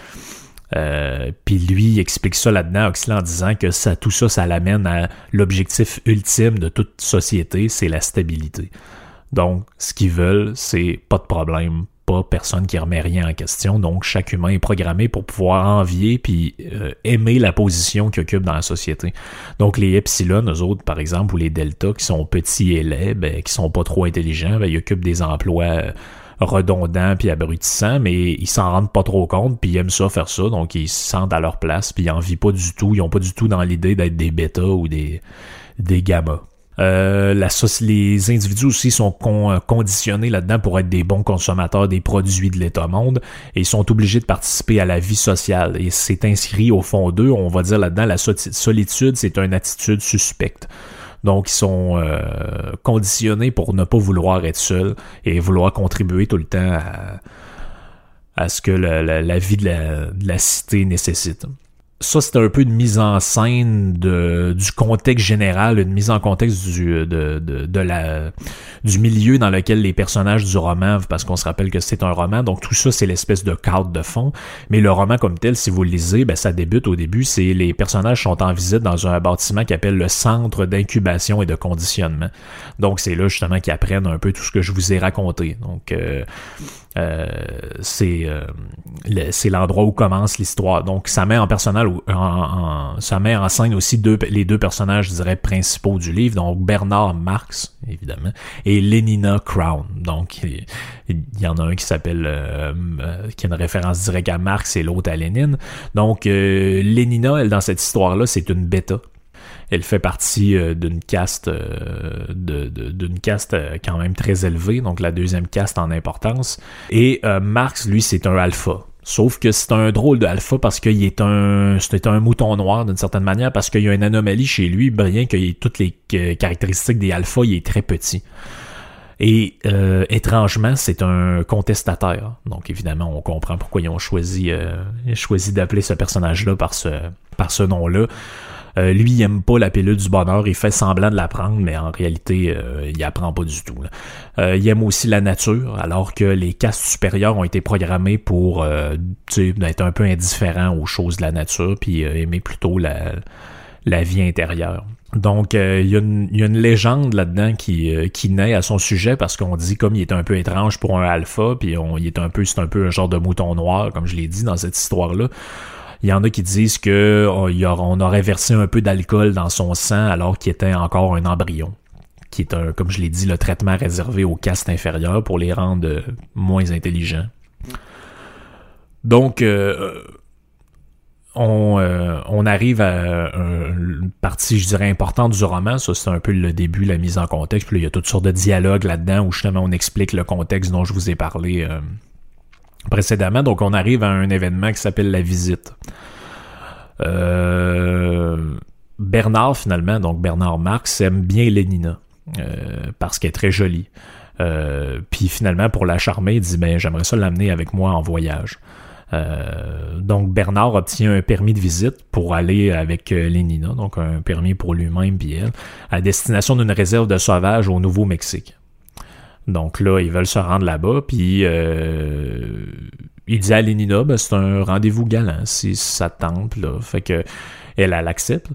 Euh, puis lui, il explique ça là-dedans, Huxley, en disant que ça, tout ça, ça l'amène à l'objectif ultime de toute société, c'est la stabilité. Donc, ce qu'ils veulent, c'est pas de problème, pas personne qui remet rien en question. Donc, chaque humain est programmé pour pouvoir envier puis euh, aimer la position qu'il occupe dans la société. Donc, les epsilon, eux autres, par exemple, ou les delta, qui sont petits et laids, ben, qui sont pas trop intelligents, ben, ils occupent des emplois euh, redondants puis abrutissants, mais ils s'en rendent pas trop compte puis ils aiment ça, faire ça. Donc, ils se sentent à leur place puis ils envient pas du tout. Ils ont pas du tout dans l'idée d'être des bêta ou des, des gamma. Euh, la, les individus aussi sont con, conditionnés là-dedans pour être des bons consommateurs des produits de l'État-monde et ils sont obligés de participer à la vie sociale. Et c'est inscrit au fond d'eux, on va dire là-dedans, la solitude, c'est une attitude suspecte. Donc, ils sont euh, conditionnés pour ne pas vouloir être seuls et vouloir contribuer tout le temps à, à ce que la, la, la vie de la, de la cité nécessite. Ça, c'est un peu une mise en scène de, du contexte général, une mise en contexte du, de, de, de la, du milieu dans lequel les personnages du roman, parce qu'on se rappelle que c'est un roman, donc tout ça, c'est l'espèce de cadre de fond. Mais le roman comme tel, si vous le lisez, ben, ça débute au début, c'est les personnages sont en visite dans un bâtiment qui s'appelle le Centre d'incubation et de conditionnement. Donc, c'est là, justement, qu'ils apprennent un peu tout ce que je vous ai raconté. Donc, euh, Euh, c'est euh, le, c'est l'endroit où commence l'histoire. Donc ça met en personnage en, en, ça met en scène aussi deux, les deux personnages, je dirais, principaux du livre, donc Bernard Marx évidemment et Lenina Crown. Donc il, il y en a un qui s'appelle euh, euh, qui a une référence directe à Marx et l'autre à Lénine. Donc euh, Lenina, elle, dans cette histoire là, c'est une bêta. Elle fait partie euh, d'une caste euh, de, de, d'une caste euh, quand même très élevée, donc la deuxième caste en importance. Et euh, Marx, lui, c'est un alpha. Sauf que c'est un drôle de alpha parce qu'il est un c'est un mouton noir d'une certaine manière, parce qu'il y a une anomalie chez lui, bien qu'il ait toutes les euh, caractéristiques des alphas, il est très petit. Et euh, étrangement, c'est un contestataire. Donc évidemment, on comprend pourquoi ils ont choisi, euh, choisi d'appeler ce personnage-là par ce, par ce nom-là. Euh, lui, il aime pas la pilule du bonheur, il fait semblant de la prendre, mais en réalité, euh, il apprend pas du tout. Là. Euh, il aime aussi la nature, alors que les castes supérieures ont été programmées pour euh, être un peu indifférents aux choses de la nature, puis euh, aimer plutôt la, la vie intérieure. Donc, euh, il y a une, il y a une légende là-dedans qui, euh, qui naît à son sujet, parce qu'on dit comme il est un peu étrange pour un alpha, puis on, il est un peu, c'est un peu un genre de mouton noir, comme je l'ai dit dans cette histoire-là. Il y en a qui disent que oh, y aura, on aurait versé un peu d'alcool dans son sang alors qu'il était encore un embryon, qui est un, comme je l'ai dit, le traitement réservé aux castes inférieures pour les rendre euh, moins intelligents. Donc, euh, on, euh, on arrive à une partie, je dirais, importante du roman. Ça, c'est un peu le début, la mise en contexte. Puis là, il y a toutes sortes de dialogues là-dedans où justement on explique le contexte dont je vous ai parlé euh, précédemment. Donc, on arrive à un événement qui s'appelle la visite. Euh, Bernard, finalement, donc Bernard Marx, aime bien Lenina euh, parce qu'elle est très jolie. Euh, puis finalement, pour la charmer, il dit ben j'aimerais ça l'amener avec moi en voyage. Euh, donc Bernard obtient un permis de visite pour aller avec euh, Lenina, donc un permis pour lui-même puis elle, à destination d'une réserve de sauvages au Nouveau-Mexique. Donc là, ils veulent se rendre là-bas, puis euh, il dit à Lenina, ben, c'est un rendez-vous galant, si ça tente, là. Fait que elle, elle accepte.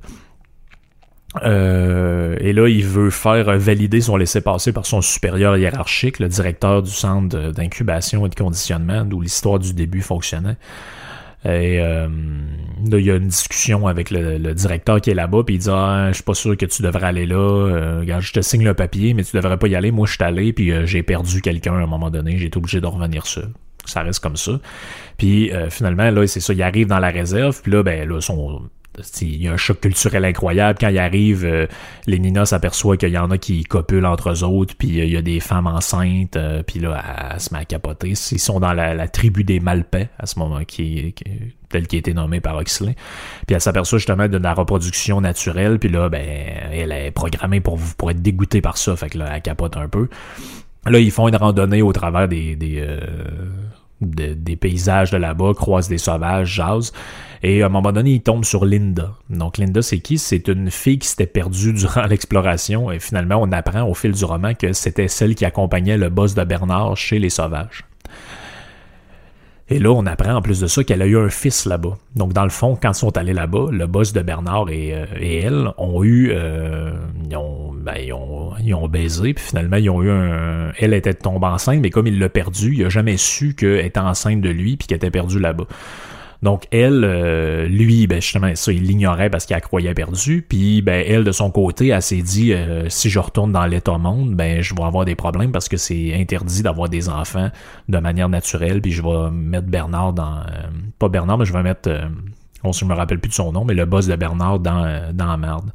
Euh, et là, il veut faire valider son laissez-passer par son supérieur hiérarchique, le directeur du centre d'incubation et de conditionnement, d'où l'histoire du début fonctionnait. Et euh, là, il y a une discussion avec le, le directeur qui est là-bas, puis il dit ah, je suis pas sûr que tu devrais aller là. Euh, regarde, je te signe le papier, mais tu devrais pas y aller. Moi, je suis allé, puis euh, j'ai perdu quelqu'un à un moment donné. J'ai été obligé de revenir seul. Ça reste comme ça. Puis euh, finalement, là, c'est ça. Il arrive dans la réserve, puis là, ben là, son il y a un choc culturel incroyable. Quand il arrive, euh, Lenina s'aperçoit qu'il y en a qui copulent entre eux autres, puis euh, il y a des femmes enceintes, euh, puis là, elle, elle se met à capoter. Ils sont dans la, la tribu des Malpais, à ce moment, qui, qui tel qui a été nommé par Huxley. Puis elle s'aperçoit justement de la reproduction naturelle, puis là, ben, elle est programmée pour, pour être dégoûtée par ça, fait que là, elle capote un peu. Là, ils font une randonnée au travers des... des euh, De, des paysages de là-bas, croisent des sauvages, jasent. Et à un moment donné, il tombe sur Linda. Donc Linda, c'est qui? C'est une fille qui s'était perdue durant l'exploration. Et finalement, on apprend au fil du roman que c'était celle qui accompagnait le boss de Bernard chez les sauvages. Et là, on apprend en plus de ça qu'elle a eu un fils là-bas. Donc, dans le fond, quand ils sont allés là-bas, le boss de Bernard et, euh, et elle ont eu... Euh, ils, ont, ben, ils, ont, ils ont baisé, puis finalement, ils ont eu un... Elle était tombée enceinte, mais comme il l'a perdu, il a jamais su qu'elle était enceinte de lui puis qu'elle était perdue là-bas. Donc, elle, euh, lui, ben justement, ça, il l'ignorait parce qu'elle croyait perdue. Puis, ben, elle, de son côté, elle s'est dit, euh, si je retourne dans l'état monde, ben, je vais avoir des problèmes parce que c'est interdit d'avoir des enfants de manière naturelle. Puis, je vais mettre Bernard dans... Euh, pas Bernard, mais je vais mettre... Euh, on ne me rappelle plus de son nom, mais le boss de Bernard dans, euh, dans la merde.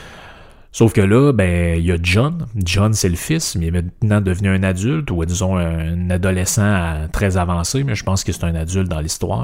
Sauf que là, ben, il y a John. John, c'est le fils, mais il est maintenant devenu un adulte, ou disons un adolescent très avancé, mais je pense que c'est un adulte dans l'histoire.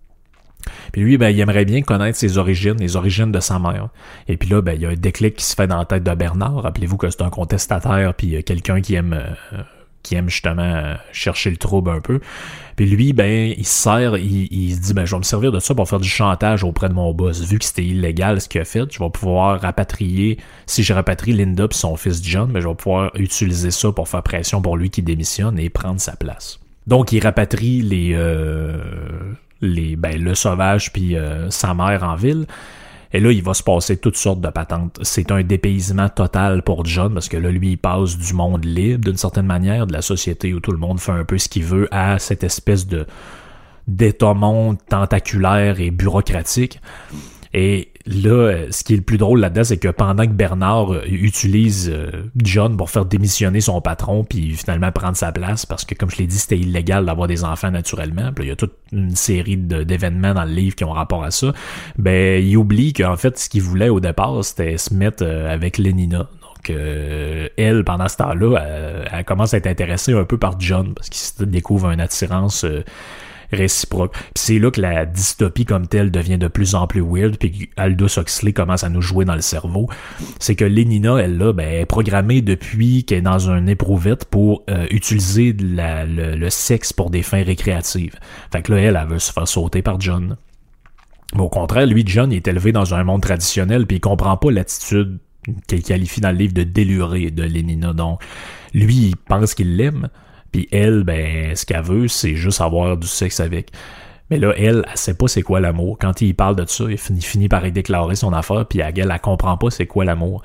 Puis lui, ben, il aimerait bien connaître ses origines, les origines de sa mère. Et puis là, ben, il y a un déclic qui se fait dans la tête de Bernard. Rappelez-vous que c'est un contestataire, puis quelqu'un qui aime, euh, qui aime justement euh, chercher le trouble un peu. Puis lui, ben, il se sert, il, il se dit, ben, je vais me servir de ça pour faire du chantage auprès de mon boss. Vu que c'était illégal ce qu'il a fait, je vais pouvoir rapatrier, si je rapatrie Linda puis son fils John, ben, je vais pouvoir utiliser ça pour faire pression pour lui qui démissionne et prendre sa place. Donc, il rapatrie les... Euh, les ben le sauvage puis euh, sa mère en ville. Et là, il va se passer toutes sortes de patentes. C'est un dépaysement total pour John, parce que là, lui, il passe du monde libre, d'une certaine manière, de la société où tout le monde fait un peu ce qu'il veut, à cette espèce de d'état-monde tentaculaire et bureaucratique. Et là, ce qui est le plus drôle là-dedans, c'est que pendant que Bernard utilise John pour faire démissionner son patron puis finalement prendre sa place, parce que comme je l'ai dit, c'était illégal d'avoir des enfants naturellement, puis il y a toute une série de, d'événements dans le livre qui ont rapport à ça, ben il oublie qu'en fait, ce qu'il voulait au départ, c'était se mettre avec Lénina. Donc, euh, elle, pendant ce temps-là, elle, elle commence à être intéressée un peu par John, parce qu'il découvre une attirance... Euh, réciproque. Puis c'est là que la dystopie comme telle devient de plus en plus weird, puis Aldous Huxley commence à nous jouer dans le cerveau. C'est que Lénina, elle là, ben, est programmée depuis qu'elle est dans un éprouvette pour euh, utiliser la, le, le sexe pour des fins récréatives. Fait que là, elle, elle veut se faire sauter par John. Mais au contraire, lui, John, il est élevé dans un monde traditionnel, puis il comprend pas l'attitude qu'elle qualifie dans le livre de déluré de Lénina. Donc, lui, il pense qu'il l'aime, puis elle, ben, ce qu'elle veut, c'est juste avoir du sexe avec. Mais là, elle, elle sait pas c'est quoi l'amour. Quand il parle de ça, il finit, finit par y déclarer son affaire, puis elle, elle, elle comprend pas c'est quoi l'amour.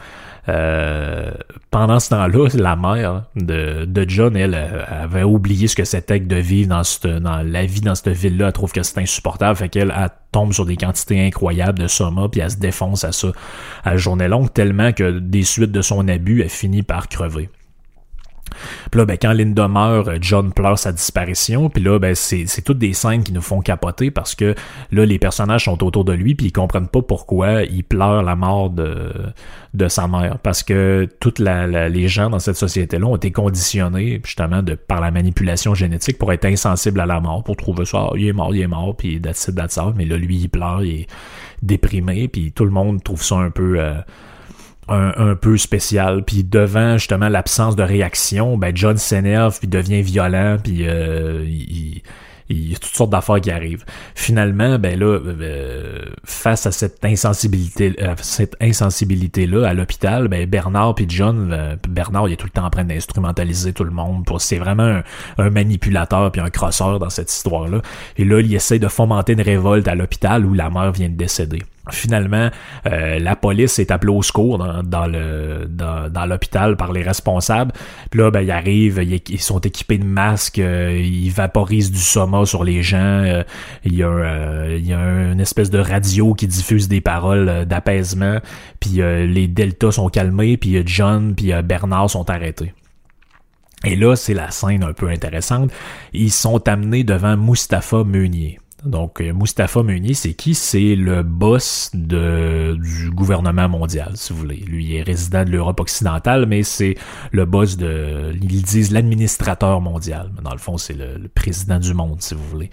Euh, pendant ce temps-là, la mère de, de John, elle, elle avait oublié ce que c'était que de vivre dans, cette, dans la vie dans cette ville-là. Elle trouve que c'est insupportable, fait qu'elle elle tombe sur des quantités incroyables de soma, puis elle se défonce à ça à la journée longue, tellement que des suites de son abus, elle finit par crever. Puis là, ben, quand Linda meurt, John pleure sa disparition. Puis là, ben, c'est, c'est toutes des scènes qui nous font capoter parce que là, les personnages sont autour de lui puis ils comprennent pas pourquoi il pleure la mort de, de sa mère. Parce que toutes la, la, les gens dans cette société-là ont été conditionnés justement de, par la manipulation génétique pour être insensibles à la mort, pour trouver ça, ah, il est mort, il est mort, puis that's it, that's all. Mais là, lui, il pleure, il est déprimé, puis tout le monde trouve ça un peu... Euh, Un, un peu spécial, puis devant justement l'absence de réaction, ben John s'énerve puis devient violent, puis euh, il, il y a toutes sortes d'affaires qui arrivent. Finalement, ben là, euh, face à cette insensibilité, euh, cette insensibilité là à l'hôpital, ben Bernard puis John, euh, Bernard il est tout le temps en train d'instrumentaliser tout le monde. Pour, c'est vraiment un, un manipulateur puis un crosseur dans cette histoire là. Et là, il essaie de fomenter une révolte à l'hôpital où la mère vient de décéder. Finalement, euh, la police est appelée au secours dans, dans le dans, dans l'hôpital par les responsables. Puis là, ben ils arrivent, ils, ils sont équipés de masques, euh, ils vaporisent du soma sur les gens. Euh, il y a euh, il y a une espèce de radio qui diffuse des paroles d'apaisement. Puis euh, les deltas sont calmés, puis John puis euh, Bernard sont arrêtés. Et là, c'est la scène un peu intéressante. Ils sont amenés devant Mustapha Meunier. Donc, Mustapha Meunier, c'est qui? C'est le boss de, du gouvernement mondial, si vous voulez. Lui, il est résident de l'Europe occidentale, mais c'est le boss de, ils disent l'administrateur mondial. Mais dans le fond, c'est le, le président du monde, si vous voulez.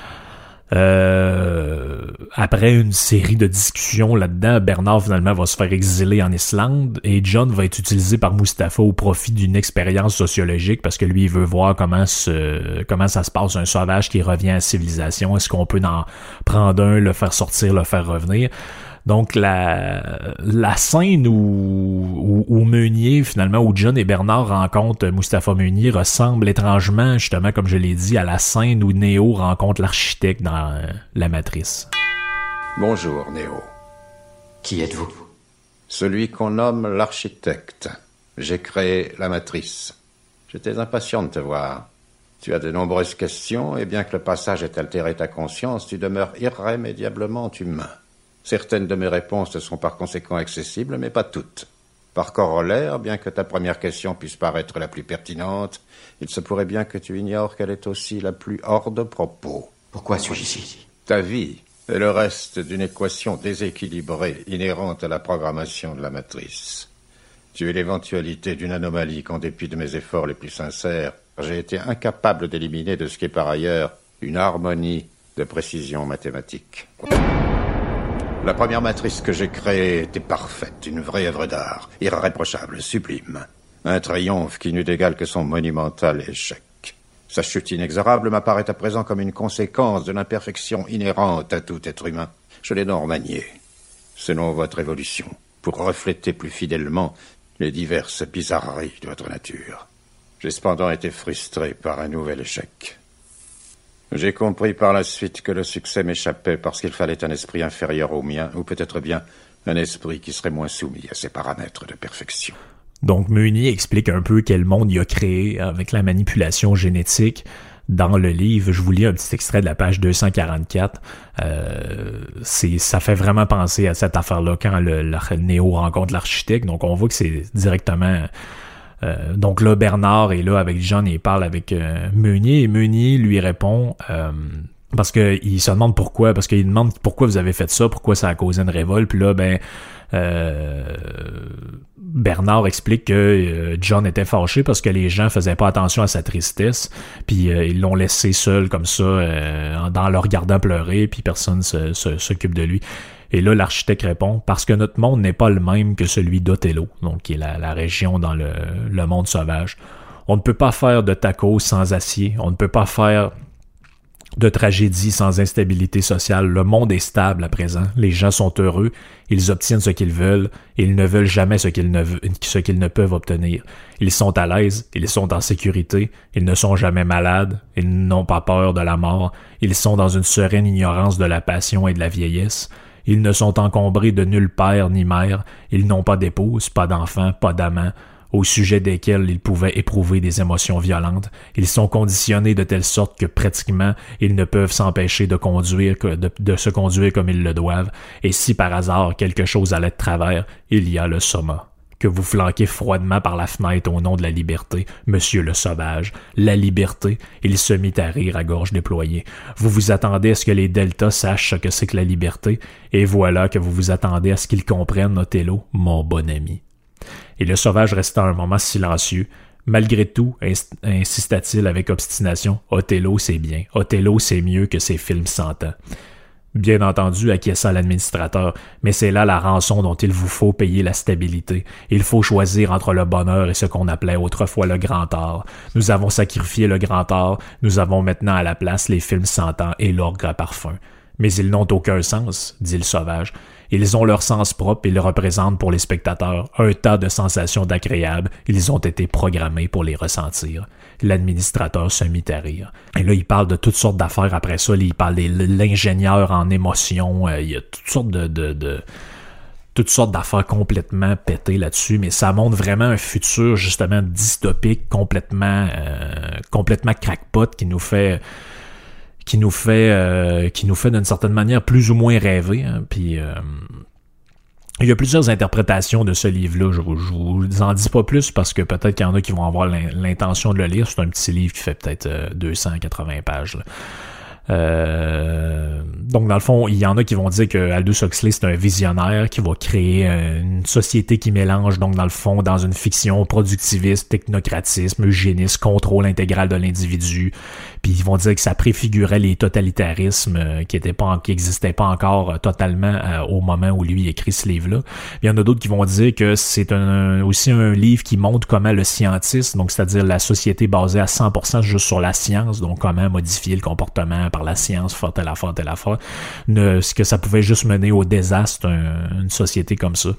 Euh, après une série de discussions là-dedans, Bernard finalement va se faire exiler en Islande et John va être utilisé par Mustapha au profit d'une expérience sociologique parce que lui il veut voir comment se, comment ça se passe un sauvage qui revient à la civilisation. Est-ce qu'on peut en prendre un, le faire sortir, le faire revenir? Donc, la, la scène où, où, où Meunier, finalement, où John et Bernard rencontrent Mustapha Meunier ressemble étrangement, justement, comme je l'ai dit, à la scène où Neo rencontre l'architecte dans euh, La Matrice. Bonjour, Neo. Qui êtes-vous? Celui qu'on nomme l'architecte. J'ai créé La Matrice. J'étais impatient de te voir. Tu as de nombreuses questions, et bien que le passage ait altéré ta conscience, tu demeures irrémédiablement humain. Certaines de mes réponses te sont par conséquent accessibles, mais pas toutes. Par corollaire, bien que ta première question puisse paraître la plus pertinente, il se pourrait bien que tu ignores qu'elle est aussi la plus hors de propos. Pourquoi suis-je ici? Ta vie est le reste d'une équation déséquilibrée inhérente à la programmation de la matrice. Tu es l'éventualité d'une anomalie qu'en dépit de mes efforts les plus sincères, j'ai été incapable d'éliminer de ce qui est par ailleurs une harmonie de précision mathématique. La première matrice que j'ai créée était parfaite, une vraie œuvre d'art, irréprochable, sublime. Un triomphe qui n'eut d'égal que son monumental échec. Sa chute inexorable m'apparaît à présent comme une conséquence de l'imperfection inhérente à tout être humain. Je l'ai donc remanié, selon votre évolution, pour refléter plus fidèlement les diverses bizarreries de votre nature. J'ai cependant été frustré par un nouvel échec. J'ai compris par la suite que le succès m'échappait parce qu'il fallait un esprit inférieur au mien, ou peut-être bien un esprit qui serait moins soumis à ses paramètres de perfection. Donc Meunier explique un peu quel monde il a créé avec la manipulation génétique. Dans le livre, je vous lis un petit extrait de la page deux cent quarante-quatre. Euh, c'est, ça fait vraiment penser à cette affaire-là quand le, le Neo rencontre l'architecte. Donc on voit que c'est directement... Euh, donc là, Bernard est là avec John et il parle avec euh, Meunier. Et Meunier lui répond... Euh, parce qu'il se demande pourquoi. Parce qu'il demande pourquoi vous avez fait ça, pourquoi ça a causé une révolte. Puis là, ben... Euh, Bernard explique que euh, John était fâché parce que les gens faisaient pas attention à sa tristesse, puis euh, ils l'ont laissé seul comme ça, euh, dans le regardant pleurer, puis personne se, se, s'occupe de lui. Et là, l'architecte répond « Parce que notre monde n'est pas le même que celui d'Othello, donc qui est la, la région dans le, le monde sauvage. On ne peut pas faire de tacos sans acier, on ne peut pas faire de tragédie sans instabilité sociale. Le monde est stable à présent. Les gens sont heureux. Ils obtiennent ce qu'ils veulent. Et ils ne veulent jamais ce qu'ils ne, ce qu'ils ne peuvent obtenir. Ils sont à l'aise. Ils sont en sécurité. Ils ne sont jamais malades. Ils n'ont pas peur de la mort. Ils sont dans une sereine ignorance de la passion et de la vieillesse. Ils ne sont encombrés de nul père ni mère. Ils n'ont pas d'épouse, pas d'enfants, pas d'amants, au sujet desquels ils pouvaient éprouver des émotions violentes. Ils sont conditionnés de telle sorte que pratiquement ils ne peuvent s'empêcher de conduire, de, de se conduire comme ils le doivent, et si par hasard quelque chose allait de travers, il y a le soma, que vous flanquez froidement par la fenêtre au nom de la liberté, monsieur le sauvage. La liberté, il se mit à rire à gorge déployée. Vous vous attendez à ce que les deltas sachent ce que c'est que la liberté, et voilà que vous vous attendez à ce qu'ils comprennent Othello, mon bon ami. Et le sauvage resta un moment silencieux. Malgré tout, ins- insista-t-il avec obstination, Othello c'est bien, Othello c'est mieux que ces films cent ans. Bien entendu, acquiesça l'administrateur, mais c'est là la rançon dont il vous faut payer la stabilité. Il faut choisir entre le bonheur et ce qu'on appelait autrefois le grand art. Nous avons sacrifié le grand art, nous avons maintenant à la place les films cent ans et l'orgue à parfum. Mais ils n'ont aucun sens, dit le sauvage. Ils ont leur sens propre et ils représentent pour les spectateurs un tas de sensations agréables. Ils ont été programmés pour les ressentir. L'administrateur se mit à rire. Et là, il parle de toutes sortes d'affaires après ça. Il parle de l'ingénieur en émotion. Il y a toutes sortes de... de, de toutes sortes d'affaires complètement pétées là-dessus, mais ça montre vraiment un futur justement dystopique, complètement euh, complètement crackpot qui nous fait... qui nous fait euh, qui nous fait d'une certaine manière plus ou moins rêver. Hein. Puis euh, il y a plusieurs interprétations de ce livre-là. Je vous, je vous en dis pas plus parce que peut-être qu'il y en a qui vont avoir l'intention de le lire. C'est un petit livre qui fait peut-être euh, deux cent quatre-vingts pages. Là. Euh, donc dans le fond, il y en a qui vont dire que Aldous Huxley c'est un visionnaire qui va créer une société qui mélange donc dans le fond dans une fiction productiviste, technocratisme, eugénisme, contrôle intégral de l'individu. Puis ils vont dire que ça préfigurait les totalitarismes qui étaient pas qui existaient pas encore totalement au moment où lui écrit ce livre-là. Puis il y en a d'autres qui vont dire que c'est un, aussi un livre qui montre comment le scientisme, donc c'est-à-dire la société basée à cent pour cent juste sur la science, donc comment modifier le comportement par la science, faire telle affaire, telle affaire, ne, ce que ça pouvait juste mener au désastre, un, une société comme ça.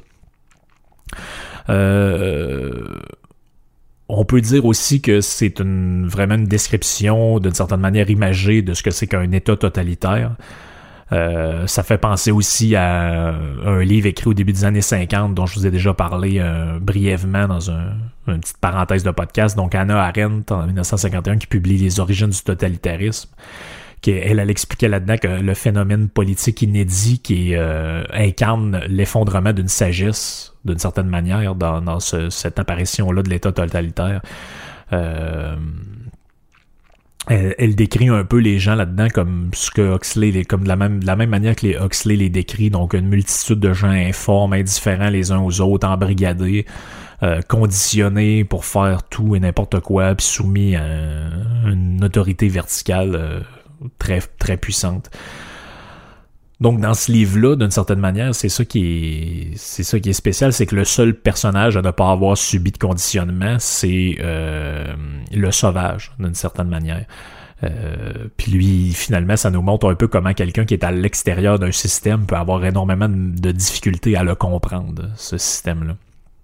Euh, on peut dire aussi que c'est une, vraiment une description d'une certaine manière imagée de ce que c'est qu'un État totalitaire. Euh, ça fait penser aussi à un livre écrit au début des années cinquante dont je vous ai déjà parlé euh, brièvement dans un, une petite parenthèse de podcast. Donc Hannah Arendt en dix-neuf cent cinquante et un qui publie Les origines du totalitarisme. Qui, elle, elle expliquait là-dedans que le phénomène politique inédit qui euh, incarne l'effondrement d'une sagesse d'une certaine manière dans, dans ce, cette apparition-là de l'État totalitaire. Euh, Elle, elle décrit un peu les gens là-dedans comme ce que Huxley, les, comme de la même de la même manière que les Huxley les décrit, donc une multitude de gens informes, indifférents les uns aux autres, embrigadés, euh, conditionnés pour faire tout et n'importe quoi, puis soumis à une autorité verticale euh, très très puissante. Donc dans ce livre-là, d'une certaine manière, c'est ça qui est c'est ça qui est spécial, c'est que le seul personnage à ne pas avoir subi de conditionnement, c'est euh, le sauvage, d'une certaine manière. Euh, puis lui, finalement, ça nous montre un peu comment quelqu'un qui est à l'extérieur d'un système peut avoir énormément de difficultés à le comprendre, ce système-là.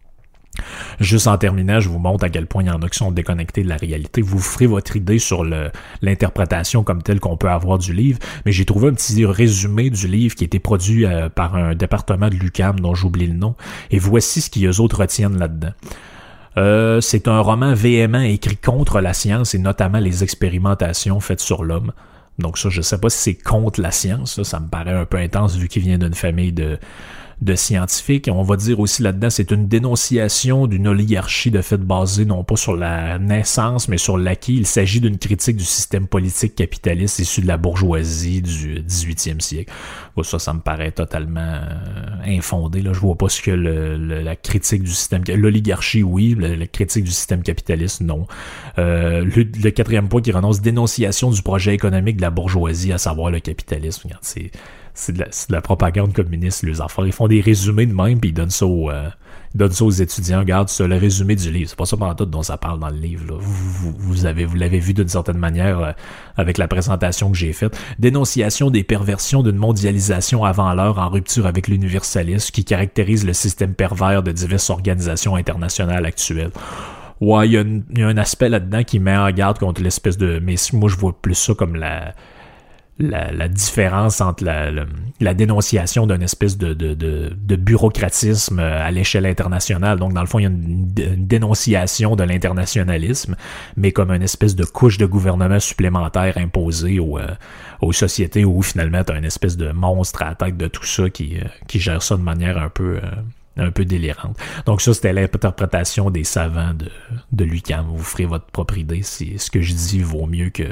Juste en terminant, je vous montre à quel point il y en a qui sont déconnectés de la réalité. Vous ferez votre idée sur le, l'interprétation comme telle qu'on peut avoir du livre, mais j'ai trouvé un petit résumé du livre qui a été produit euh, par un département de l'U Q A M dont j'oublie le nom, et voici ce qu'ils autres retiennent là-dedans. Euh, c'est un roman véhément écrit contre la science et notamment les expérimentations faites sur l'homme. Donc ça, je sais pas si c'est contre la science, ça, ça me paraît un peu intense vu qu'il vient d'une famille de de scientifiques. On va dire aussi là-dedans, c'est une dénonciation d'une oligarchie de fait basée non pas sur la naissance, mais sur l'acquis. Il s'agit d'une critique du système politique capitaliste issu de la bourgeoisie du dix-huitième siècle. Bon, ça, ça me paraît totalement euh, infondé. Là. Je vois pas ce que le, le, la critique du système... L'oligarchie, oui. La, la critique du système capitaliste, non. Euh, le, le quatrième point qui renonce, dénonciation du projet économique de la bourgeoisie, à savoir le capitalisme. Regarde, c'est... C'est de, la, c'est de la propagande communiste, les affaires. Ils font des résumés de même, puis ils donnent ça aux, euh, ils donnent ça aux étudiants. Regarde, c'est le résumé du livre. C'est pas ça pendant tout dont ça parle dans le livre. Là. Vous, vous, vous, avez, vous l'avez vu d'une certaine manière euh, avec la présentation que j'ai faite. Dénonciation des perversions d'une mondialisation avant l'heure en rupture avec l'universalisme qui caractérise le système pervers de diverses organisations internationales actuelles. Ouais, il y, a une, il y a un aspect là-dedans qui met en garde contre l'espèce de... Mais moi, je vois plus ça comme la... La, la différence entre la, la, la dénonciation d'une espèce de, de, de, de bureaucratisme à l'échelle internationale. Donc, dans le fond, il y a une, une dénonciation de l'internationalisme, mais comme une espèce de couche de gouvernement supplémentaire imposée aux, euh, aux sociétés où, finalement, tu as une espèce de monstre à la tête de tout ça qui, euh, qui gère ça de manière un peu... Euh, un peu délirante. Donc ça, c'était l'interprétation des savants de, de l'U Q A M. Vous ferez votre propre idée si ce que je dis vaut mieux que...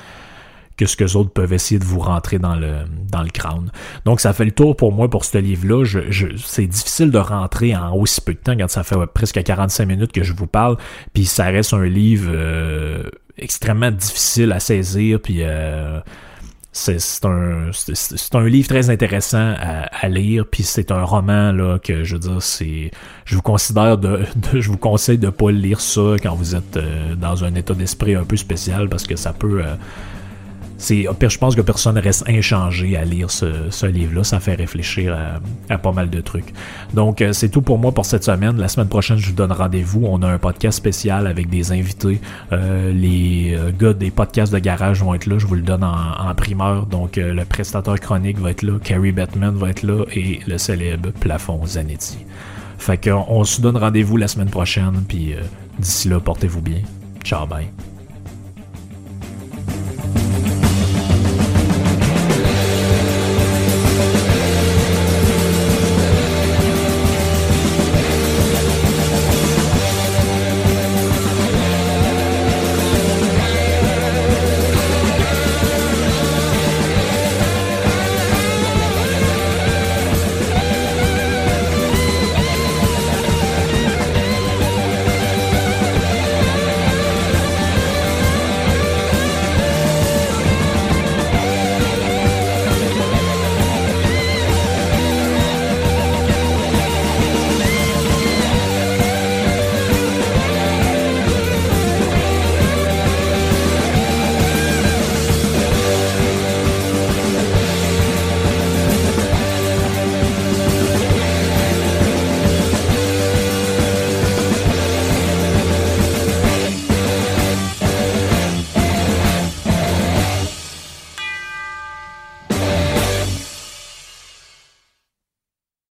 que ce que les autres peuvent essayer de vous rentrer dans le dans le crâne. Donc, ça fait le tour pour moi pour ce livre-là. Je, je, c'est difficile de rentrer en aussi peu de temps, quand ça fait ouais, presque quarante-cinq minutes que je vous parle, puis ça reste un livre euh, extrêmement difficile à saisir, puis euh, c'est, c'est, un, c'est, c'est un livre très intéressant à, à lire, puis c'est un roman là que, je veux dire, c'est... Je vous considère de, de je vous conseille de pas lire ça quand vous êtes euh, dans un état d'esprit un peu spécial, parce que ça peut... Euh, C'est, je pense que personne reste inchangé à lire ce, ce livre-là. Ça fait réfléchir à, à pas mal de trucs. Donc, c'est tout pour moi pour cette semaine. La semaine prochaine, je vous donne rendez-vous. On a un podcast spécial avec des invités. Euh, les gars des podcasts de garage vont être là. Je vous le donne en, en primeur. Donc, le prestateur chronique va être là. Carrie Batman va être là. Et le célèbre Plafond Zanetti. Fait qu'on on se donne rendez-vous la semaine prochaine. Puis, euh, d'ici là, portez-vous bien. Ciao, bye.